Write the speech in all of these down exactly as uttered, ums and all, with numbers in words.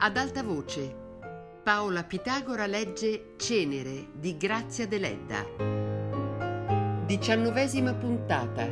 Ad alta voce, Paola Pitagora legge Cenere di Grazia Deledda. Diciannovesima puntata.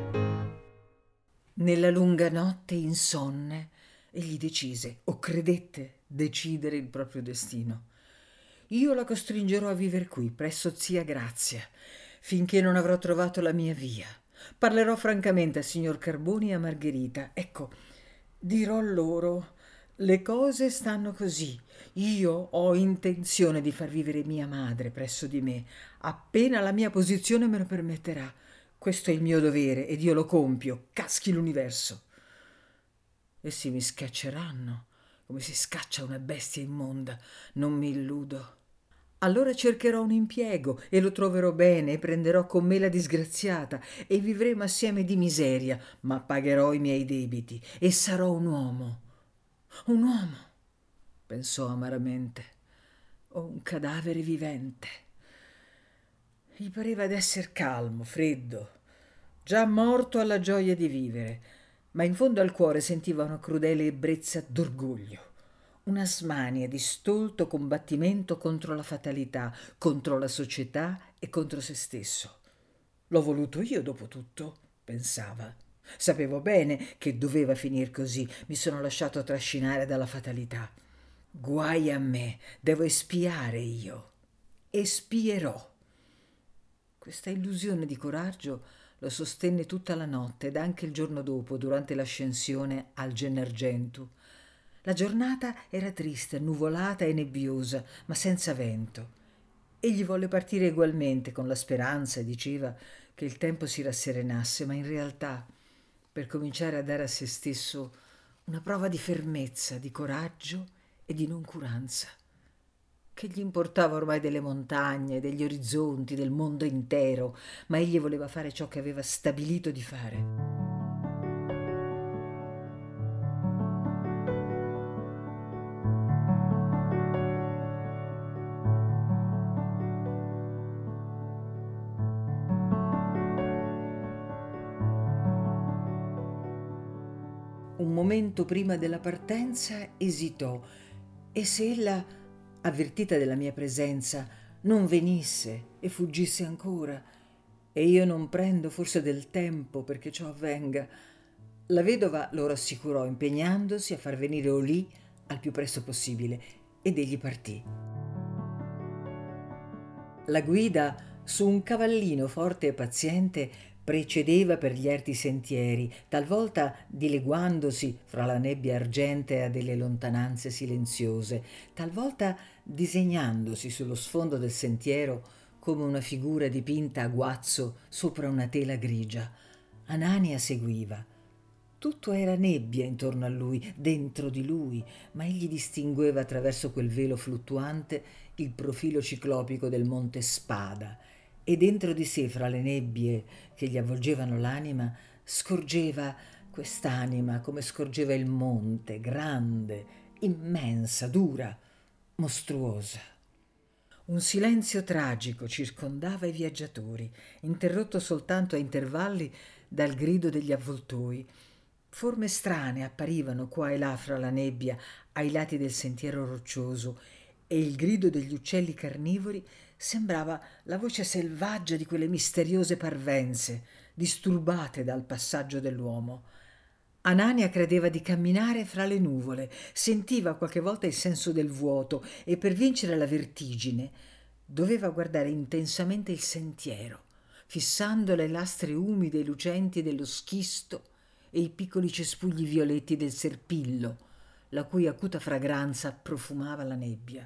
Nella lunga notte insonne, egli decise, o credette, decidere il proprio destino. Io la costringerò a vivere qui, presso zia Grazia, finché non avrò trovato la mia via. Parlerò francamente al signor Carboni e a Margherita. Ecco, dirò loro: le cose stanno così. Io ho intenzione di far vivere mia madre presso di me, appena la mia posizione me lo permetterà. Questo è il mio dovere ed io lo compio, caschi l'universo. Essi mi scacceranno, come si scaccia una bestia immonda. Non mi illudo. Allora cercherò un impiego e lo troverò bene e prenderò con me la disgraziata e vivremo assieme di miseria, ma pagherò i miei debiti e sarò un uomo. Un uomo, pensò amaramente, o un cadavere vivente. Gli pareva d'esser calmo, freddo, già morto alla gioia di vivere, ma in fondo al cuore sentiva una crudele ebbrezza d'orgoglio, una smania di stolto combattimento contro la fatalità, contro la società e contro se stesso. L'ho voluto io, dopo tutto, pensava. Sapevo bene che doveva finir così, mi sono lasciato trascinare dalla fatalità. Guai a me, devo espiare io. Espierò. Questa illusione di coraggio lo sostenne tutta la notte ed anche il giorno dopo, durante l'ascensione al Gennargentu. La giornata era triste, annuvolata e nebbiosa, ma senza vento. Egli volle partire egualmente con la speranza, diceva, che il tempo si rasserenasse, ma in realtà, per cominciare a dare a se stesso una prova di fermezza, di coraggio e di noncuranza. Che gli importava ormai delle montagne, degli orizzonti, del mondo intero, ma egli voleva fare ciò che aveva stabilito di fare. Un momento prima della partenza esitò e se ella, avvertita della mia presenza, non venisse e fuggisse ancora, e io non prendo forse del tempo perché ciò avvenga. La vedova lo rassicurò impegnandosi a far venire Olì al più presto possibile ed egli partì. La guida su un cavallino forte e paziente precedeva per gli erti sentieri, talvolta dileguandosi fra la nebbia argentea delle lontananze silenziose, talvolta disegnandosi sullo sfondo del sentiero come una figura dipinta a guazzo sopra una tela grigia. Anania seguiva. Tutto era nebbia intorno a lui, dentro di lui, ma egli distingueva attraverso quel velo fluttuante il profilo ciclopico del monte Spada e dentro di sé, fra le nebbie che gli avvolgevano l'anima, scorgeva quest'anima come scorgeva il monte, grande, immensa, dura, mostruosa. Un silenzio tragico circondava i viaggiatori, interrotto soltanto a intervalli dal grido degli avvoltoi. Forme strane apparivano qua e là fra la nebbia ai lati del sentiero roccioso e il grido degli uccelli carnivori sembrava la voce selvaggia di quelle misteriose parvenze disturbate dal passaggio dell'uomo. Anania credeva di camminare fra le nuvole, sentiva qualche volta il senso del vuoto e per vincere la vertigine doveva guardare intensamente il sentiero, fissando le lastre umide e lucenti dello schisto e i piccoli cespugli violetti del serpillo, la cui acuta fragranza profumava la nebbia.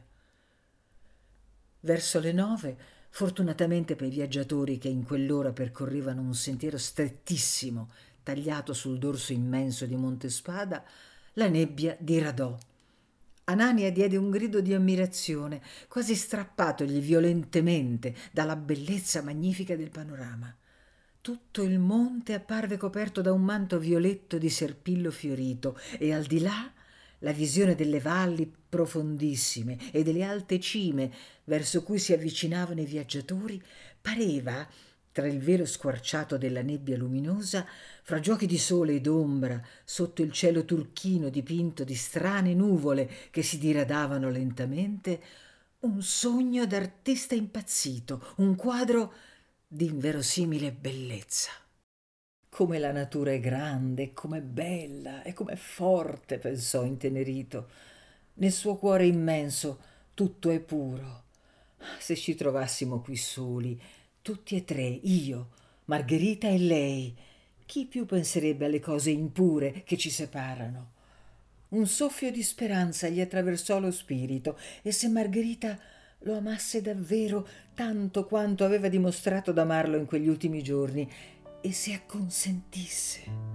Verso le nove, fortunatamente per i viaggiatori che in quell'ora percorrevano un sentiero strettissimo tagliato sul dorso immenso di Montespada, la nebbia diradò. Anania diede un grido di ammirazione, quasi strappatogli violentemente dalla bellezza magnifica del panorama. Tutto il monte apparve coperto da un manto violetto di serpillo fiorito e al di là la visione delle valli profondissime e delle alte cime verso cui si avvicinavano i viaggiatori pareva Tra il velo squarciato della nebbia luminosa, fra giochi di sole ed ombra, sotto il cielo turchino dipinto di strane nuvole che si diradavano lentamente, un sogno d'artista impazzito, un quadro di inverosimile bellezza. Come la natura è grande, com'è bella e com'è forte, pensò intenerito. Nel suo cuore immenso tutto è puro. Se ci trovassimo qui soli, tutti e tre, io, Margherita e lei, chi più penserebbe alle cose impure che ci separano? Un soffio di speranza gli attraversò lo spirito, e se Margherita lo amasse davvero tanto quanto aveva dimostrato d'amarlo in quegli ultimi giorni, e se acconsentisse.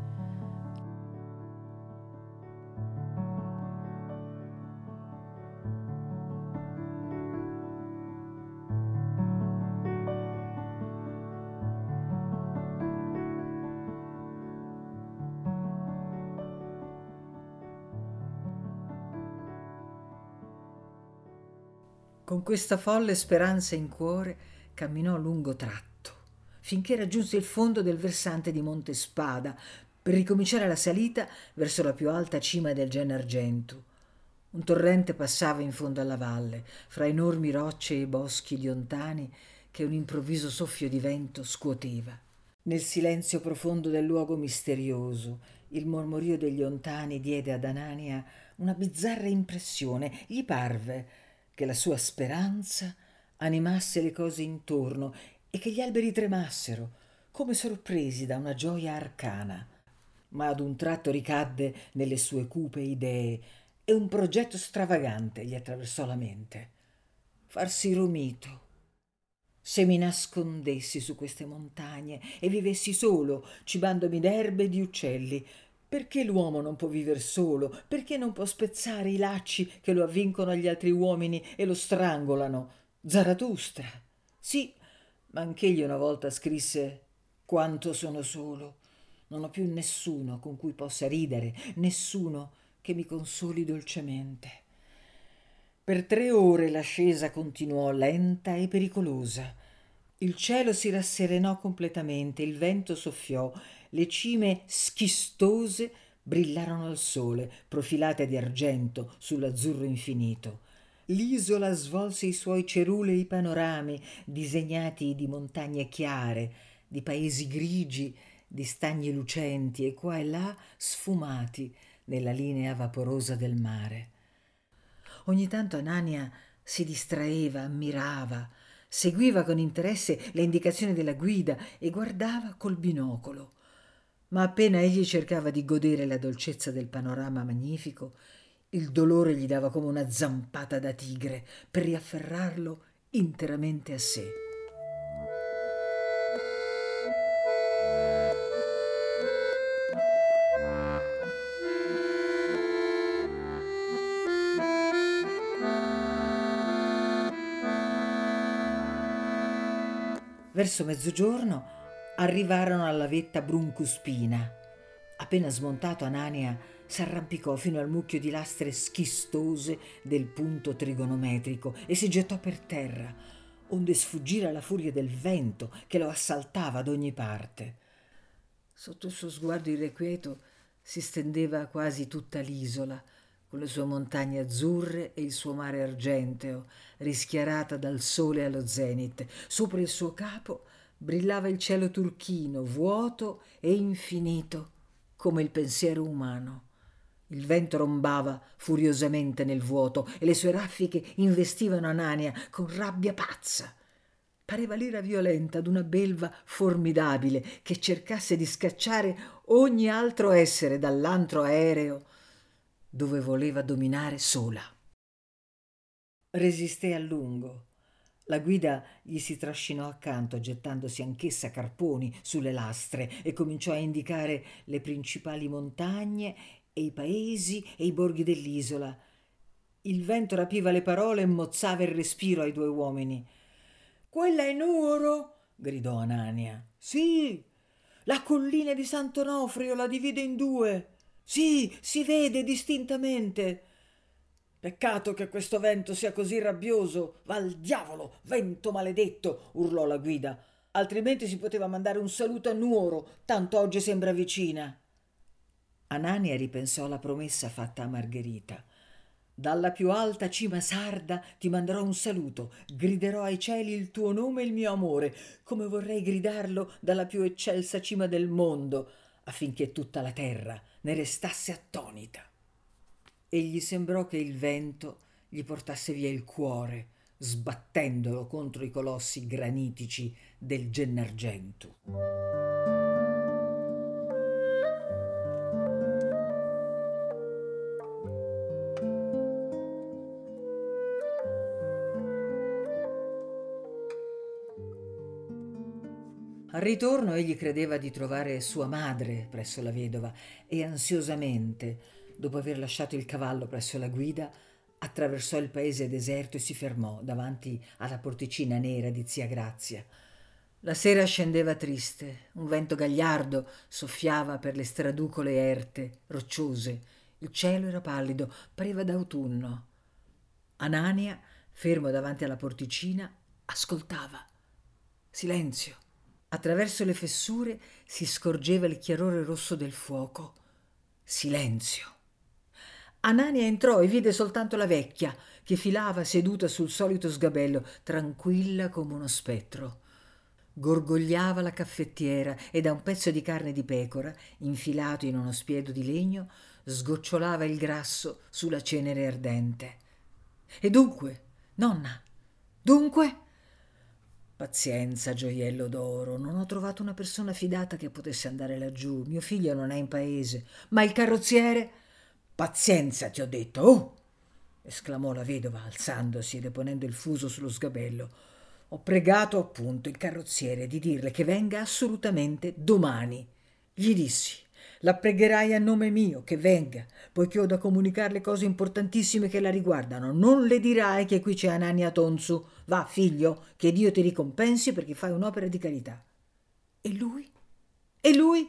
Con questa folle speranza in cuore camminò lungo tratto, finché raggiunse il fondo del versante di Monte Spada, per ricominciare la salita verso la più alta cima del Gennargentu. Un torrente passava in fondo alla valle, fra enormi rocce e boschi di ontani che un improvviso soffio di vento scuoteva. Nel silenzio profondo del luogo misterioso, il mormorio degli ontani diede ad Anania una bizzarra impressione. Gli parve che la sua speranza animasse le cose intorno e che gli alberi tremassero, come sorpresi da una gioia arcana. Ma ad un tratto ricadde nelle sue cupe idee e un progetto stravagante gli attraversò la mente. Farsi romito. Se mi nascondessi su queste montagne e vivessi solo, cibandomi d'erbe e di uccelli, perché l'uomo non può viver solo? Perché non può spezzare i lacci che lo avvincono agli altri uomini e lo strangolano? Zarathustra. Sì, ma anch'egli una volta scrisse: quanto sono solo. Non ho più nessuno con cui possa ridere, nessuno che mi consoli dolcemente. Per tre ore l'ascesa continuò lenta e pericolosa. Il cielo si rasserenò completamente, il vento soffiò, le cime schistose brillarono al sole, profilate di argento sull'azzurro infinito. L'isola svolse i suoi cerulei panorami, disegnati di montagne chiare, di paesi grigi, di stagni lucenti e qua e là sfumati nella linea vaporosa del mare. Ogni tanto Anania si distraeva, ammirava, seguiva con interesse le indicazioni della guida e guardava col binocolo. Ma appena egli cercava di godere la dolcezza del panorama magnifico, il dolore gli dava come una zampata da tigre per riafferrarlo interamente a sé. Verso mezzogiorno arrivarono alla vetta Bruncuspina. Appena smontato, Anania s'arrampicò fino al mucchio di lastre schistose del punto trigonometrico e si gettò per terra, onde sfuggire alla furia del vento che lo assaltava ad ogni parte. Sotto il suo sguardo irrequieto si stendeva quasi tutta l'isola, con le sue montagne azzurre e il suo mare argenteo, rischiarata dal sole allo zenit. Sopra il suo capo brillava il cielo turchino, vuoto e infinito, come il pensiero umano. Il vento rombava furiosamente nel vuoto e le sue raffiche investivano Anania con rabbia pazza. Pareva l'ira violenta d'una belva formidabile che cercasse di scacciare ogni altro essere dall'antro aereo dove voleva dominare sola. Resisté a lungo. La guida gli si trascinò accanto, gettandosi anch'essa carponi sulle lastre, e cominciò a indicare le principali montagne e i paesi e i borghi dell'isola. Il vento rapiva le parole e mozzava il respiro ai due uomini. «Quella è Nuoro!» gridò Anania. «Sì, la collina di Sant'Onofrio la divide in due. Sì, si vede distintamente. Peccato che questo vento sia così rabbioso. Va al diavolo, vento maledetto!» urlò la guida. altrimenti si poteva mandare un saluto a Nuoro, tanto oggi sembra vicina. Anania ripensò alla promessa fatta a Margherita. Dalla più alta cima sarda ti manderò un saluto, griderò ai cieli il tuo nome e il mio amore, come vorrei gridarlo dalla più eccelsa cima del mondo, affinché tutta la terra ne restasse attonita. E gli sembrò che il vento gli portasse via il cuore, sbattendolo contro i colossi granitici del Gennargentu. Al ritorno egli credeva di trovare sua madre presso la vedova e ansiosamente, dopo aver lasciato il cavallo presso la guida, attraversò il paese deserto e si fermò davanti alla porticina nera di zia Grazia. La sera scendeva triste, un vento gagliardo soffiava per le straducole erte, rocciose, il cielo era pallido, pareva d'autunno. Anania, fermo davanti alla porticina, ascoltava. Silenzio. Attraverso le fessure si scorgeva il chiarore rosso del fuoco. Silenzio. Anania entrò e vide soltanto la vecchia, che filava seduta sul solito sgabello, tranquilla come uno spettro. Gorgogliava la caffettiera e da un pezzo di carne di pecora, infilato in uno spiedo di legno, sgocciolava il grasso sulla cenere ardente. E dunque, nonna, dunque? Pazienza, gioiello d'oro, non ho trovato una persona fidata che potesse andare laggiù. Mio figlio non è in paese. Ma il carrozziere? Pazienza, ti ho detto, oh! Esclamò la vedova, alzandosi e deponendo il fuso sullo sgabello. Ho pregato appunto il carrozziere di dirle che venga assolutamente domani. Gli dissi, la pregherai a nome mio che venga, poiché ho da comunicarle cose importantissime che la riguardano. Non le dirai che qui c'è Anania Tonzu. Va, figlio, che Dio ti ricompensi perché fai un'opera di carità. E lui? E lui?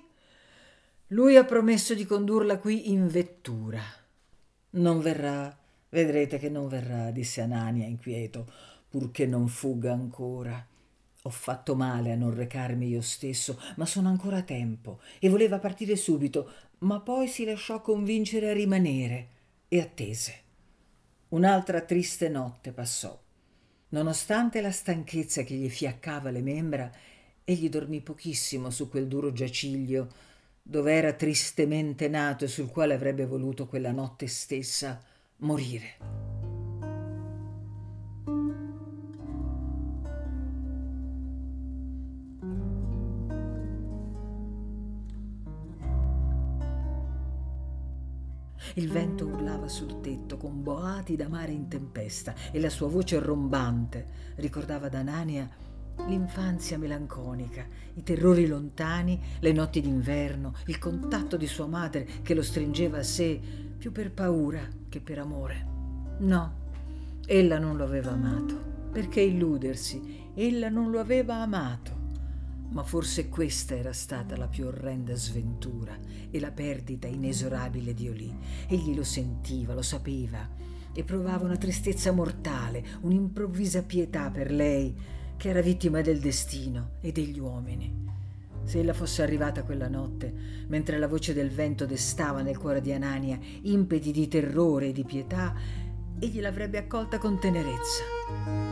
Lui ha promesso di condurla qui in vettura. Non verrà, vedrete che non verrà, disse Anania inquieto, purché non fugga ancora. Ho fatto male a non recarmi io stesso, ma sono ancora a tempo e voleva partire subito, ma poi si lasciò convincere a rimanere e attese. Un'altra triste notte passò. Nonostante la stanchezza che gli fiaccava le membra, egli dormì pochissimo su quel duro giaciglio dove era tristemente nato e sul quale avrebbe voluto quella notte stessa morire. Il vento urlava sul tetto con boati da mare in tempesta e la sua voce rombante ricordava ad Anania l'infanzia melanconica, i terrori lontani, le notti d'inverno, il contatto di sua madre che lo stringeva a sé più per paura che per amore. No, ella non lo aveva amato. Perché illudersi? Ella non lo aveva amato. Ma forse questa era stata la più orrenda sventura e la perdita inesorabile di Olì. Egli lo sentiva, lo sapeva e provava una tristezza mortale, un'improvvisa pietà per lei che era vittima del destino e degli uomini. Se ella fosse arrivata quella notte, mentre la voce del vento destava nel cuore di Anania impeti di terrore e di pietà, egli l'avrebbe accolta con tenerezza.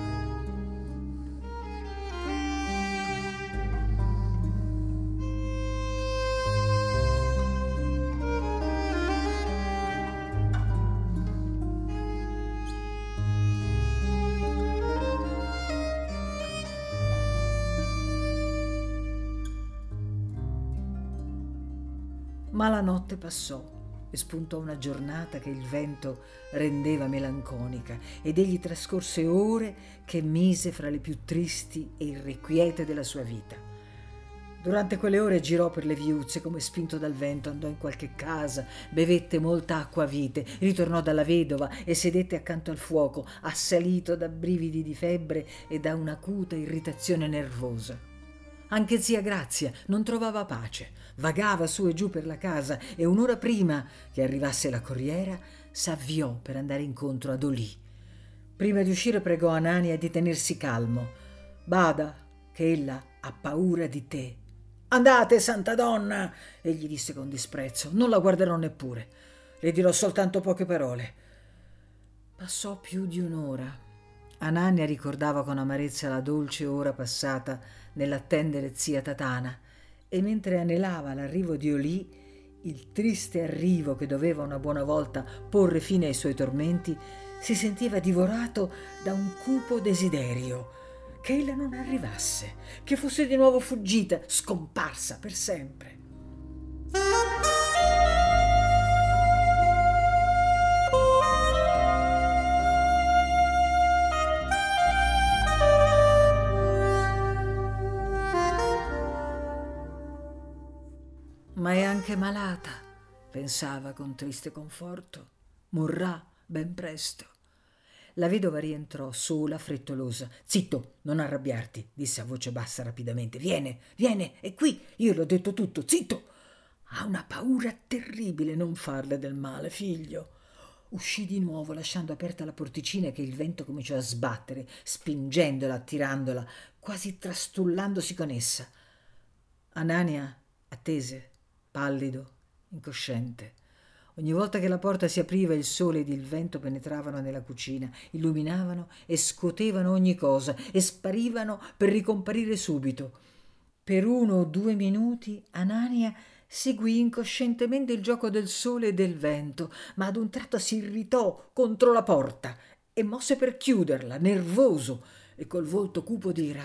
Ma la notte passò e spuntò una giornata che il vento rendeva melanconica ed egli trascorse ore che mise fra le più tristi e irrequiete della sua vita. Durante quelle ore girò per le viuzze come spinto dal vento, andò in qualche casa, bevette molta acquavite, ritornò dalla vedova e sedette accanto al fuoco, assalito da brividi di febbre e da un'acuta irritazione nervosa. Anche zia Grazia non trovava pace, vagava su e giù per la casa e un'ora prima che arrivasse la corriera s'avviò per andare incontro ad Olì. Prima di uscire pregò Anania di tenersi calmo. Bada che ella Ha paura di te. Andate, santa donna, egli disse con disprezzo. Non la guarderò neppure. Le dirò soltanto poche parole. Passò più di un'ora. Anania ricordava con amarezza la dolce ora passata nell'attendere zia Tatana, e mentre anelava l'arrivo di Olì, il triste arrivo che doveva una buona volta porre fine ai suoi tormenti, si sentiva divorato da un cupo desiderio, che ella non arrivasse, che fosse di nuovo fuggita, scomparsa per sempre. Ma è anche malata, pensava con triste conforto. Morrà ben presto. La vedova rientrò sola, frettolosa. Zitto, non arrabbiarti, disse a voce bassa rapidamente. Viene, viene, è qui, io le ho detto tutto, zitto. Ha una paura terribile, non farle del male, figlio. Uscì di nuovo, lasciando aperta la porticina che il vento cominciò a sbattere, spingendola, attirandola, quasi trastullandosi con essa. Anania attese, pallido, incosciente. Ogni volta che la porta si apriva il sole ed il vento penetravano nella cucina, illuminavano e scuotevano ogni cosa e sparivano per ricomparire subito. Per uno o due minuti Anania seguì incoscientemente il gioco del sole e del vento, ma ad un tratto si irritò contro la porta e mosse per chiuderla, nervoso e col volto cupo d'ira.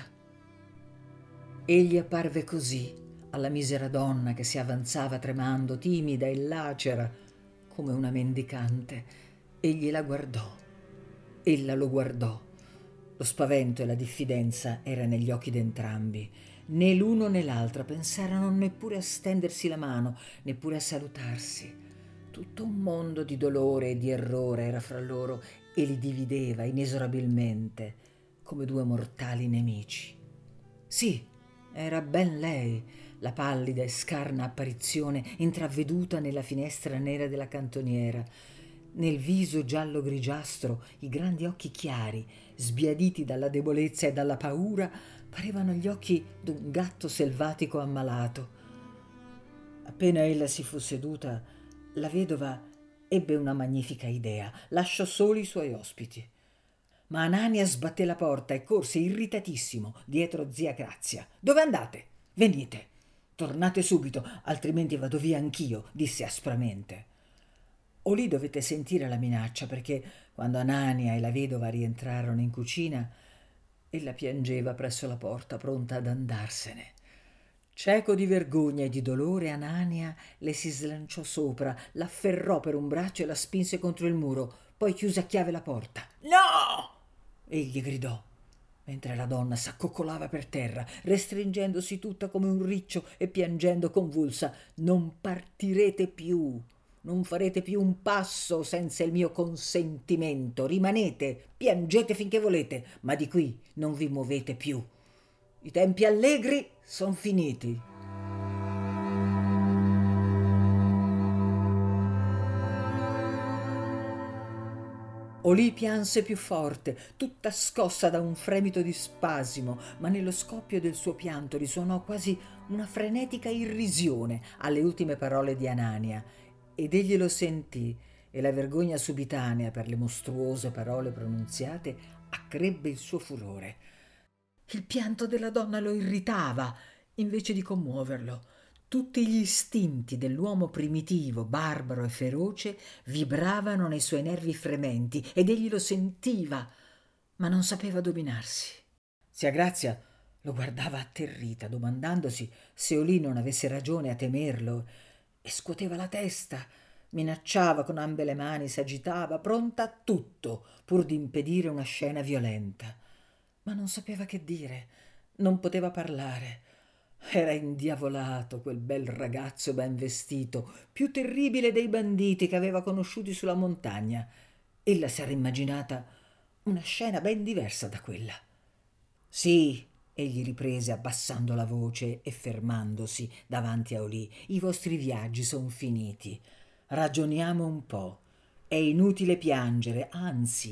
Egli apparve così alla misera donna che si avanzava tremando, timida e lacera come una mendicante. Egli la guardò, ella lo guardò. Lo spavento e la diffidenza era negli occhi d'entrambi. Né l'uno né l'altra pensarono neppure a stendersi la mano, neppure a salutarsi. Tutto un mondo di dolore e di errore era fra loro e li divideva inesorabilmente come due mortali nemici. Sì, era ben lei, la pallida e scarna apparizione intravveduta nella finestra nera della cantoniera. Nel viso giallo-grigiastro i grandi occhi chiari, sbiaditi dalla debolezza e dalla paura, parevano gli occhi d'un gatto selvatico ammalato. Appena ella si fu seduta, la vedova ebbe una magnifica idea. Lasciò soli i suoi ospiti. Ma Anania sbatté la porta e corse irritatissimo dietro zia Grazia. «Dove andate? Venite! Tornate subito, altrimenti vado via anch'io», disse aspramente. O lì dovette sentire la minaccia, perché quando Anania e la vedova rientrarono in cucina, ella piangeva presso la porta, pronta ad andarsene. Cieco di vergogna e di dolore, Anania le si slanciò sopra, l'afferrò per un braccio e la spinse contro il muro, poi chiuse a chiave la porta. «No!» egli gridò, mentre la donna s'accoccolava per terra, restringendosi tutta come un riccio e piangendo convulsa. «Non partirete più, non farete più un passo senza il mio consentimento. Rimanete, piangete finché volete, ma di qui non vi muovete più. I tempi allegri son finiti». Olì pianse più forte, tutta scossa da un fremito di spasimo, ma nello scoppio del suo pianto risuonò quasi una frenetica irrisione alle ultime parole di Anania, ed egli lo sentì, e la vergogna subitanea per le mostruose parole pronunziate accrebbe il suo furore. Il pianto della donna lo irritava invece di commuoverlo. Tutti gli istinti dell'uomo primitivo, barbaro e feroce vibravano nei suoi nervi frementi ed egli lo sentiva, ma non sapeva dominarsi. Zia Grazia lo guardava atterrita, domandandosi se Olì non avesse ragione a temerlo, e scuoteva la testa, minacciava con ambe le mani, s'agitava, pronta a tutto pur di impedire una scena violenta. Ma non sapeva che dire, non poteva parlare. Era indiavolato quel bel ragazzo ben vestito, più terribile dei banditi che aveva conosciuti sulla montagna. Ella s'era immaginata una scena ben diversa da quella. «Sì», egli riprese abbassando la voce e fermandosi davanti a Olì, «i vostri viaggi son finiti. Ragioniamo un po'. È inutile piangere, anzi,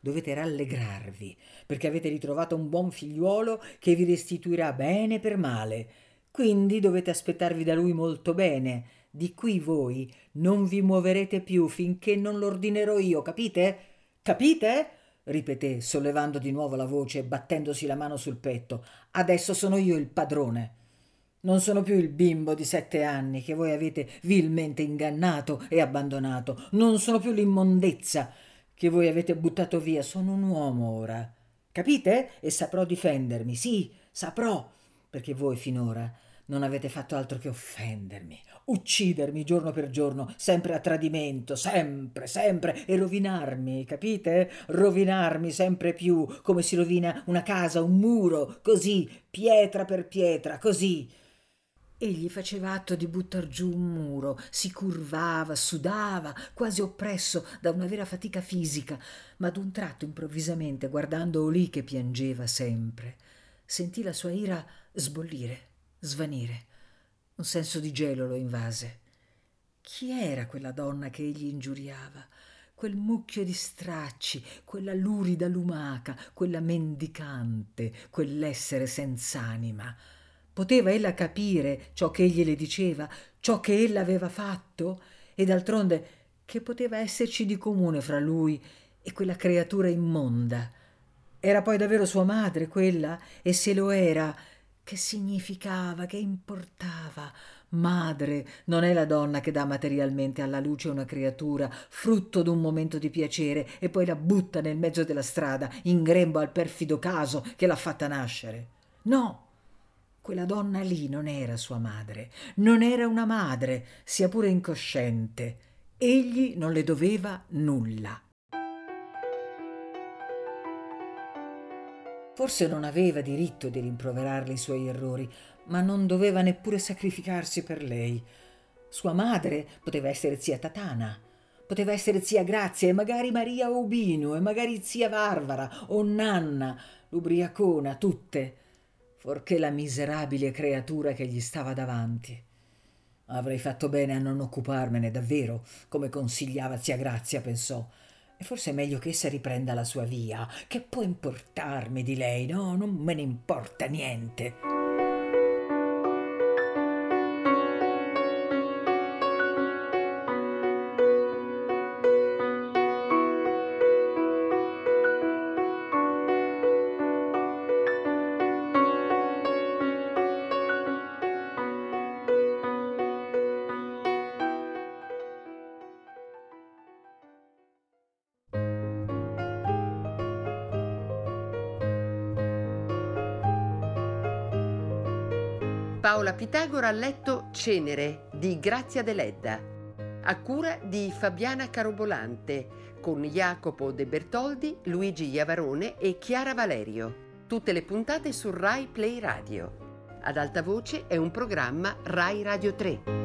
dovete rallegrarvi, perché avete ritrovato un buon figliuolo che vi restituirà bene per male. Quindi dovete aspettarvi da lui molto bene. Di qui voi non vi muoverete più finché non l'ordinerò io, capite? Capite? Ripeté, sollevando di nuovo la voce e battendosi la mano sul petto. Adesso sono io il padrone. Non sono più il bimbo di sette anni che voi avete vilmente ingannato e abbandonato. Non sono più l'immondezza che voi avete buttato via. Sono un uomo ora. Capite? E saprò difendermi. Sì, saprò, perché voi finora non avete fatto altro che offendermi, uccidermi giorno per giorno, sempre a tradimento, sempre, sempre, e rovinarmi, capite? Rovinarmi sempre più, come si rovina una casa, un muro, così, pietra per pietra, così. Egli faceva atto di buttar giù un muro, si curvava, sudava, quasi oppresso da una vera fatica fisica, ma d'un tratto improvvisamente, guardando Olì che piangeva sempre, sentì la sua ira sbollire, svanire. Un senso di gelo lo invase. Chi era quella donna che egli ingiuriava? Quel mucchio di stracci, quella lurida lumaca, quella mendicante, quell'essere senz'anima. Poteva ella capire ciò che egli le diceva, ciò che ella aveva fatto? E d'altronde che poteva esserci di comune fra lui e quella creatura immonda? Era poi davvero sua madre quella? E se lo era, che significava, che importava? Madre non è la donna che dà materialmente alla luce una creatura, frutto d'un momento di piacere, e poi la butta nel mezzo della strada, in grembo al perfido caso che l'ha fatta nascere. No, quella donna lì non era sua madre, non era una madre, sia pure incosciente. Egli non le doveva nulla. Forse non aveva diritto di rimproverarle i suoi errori, ma non doveva neppure sacrificarsi per lei. Sua madre poteva essere zia Tatana, poteva essere zia Grazia e magari Maria Ubino e magari zia Varvara o Nanna, l'ubriacona, tutte, fuorché la miserabile creatura che gli stava davanti. Avrei fatto bene a non occuparmene davvero, come consigliava zia Grazia, pensò. E forse è meglio che essa riprenda la sua via. Che può importarmi di lei? No, non me ne importa niente. Paola Pitagora ha letto Cenere di Grazia Deledda, a cura di Fabiana Carobolante, con Jacopo De Bertoldi, Luigi Iavarone e Chiara Valerio. Tutte le puntate su Rai Play Radio. Ad alta voce è un programma Rai Radio tre.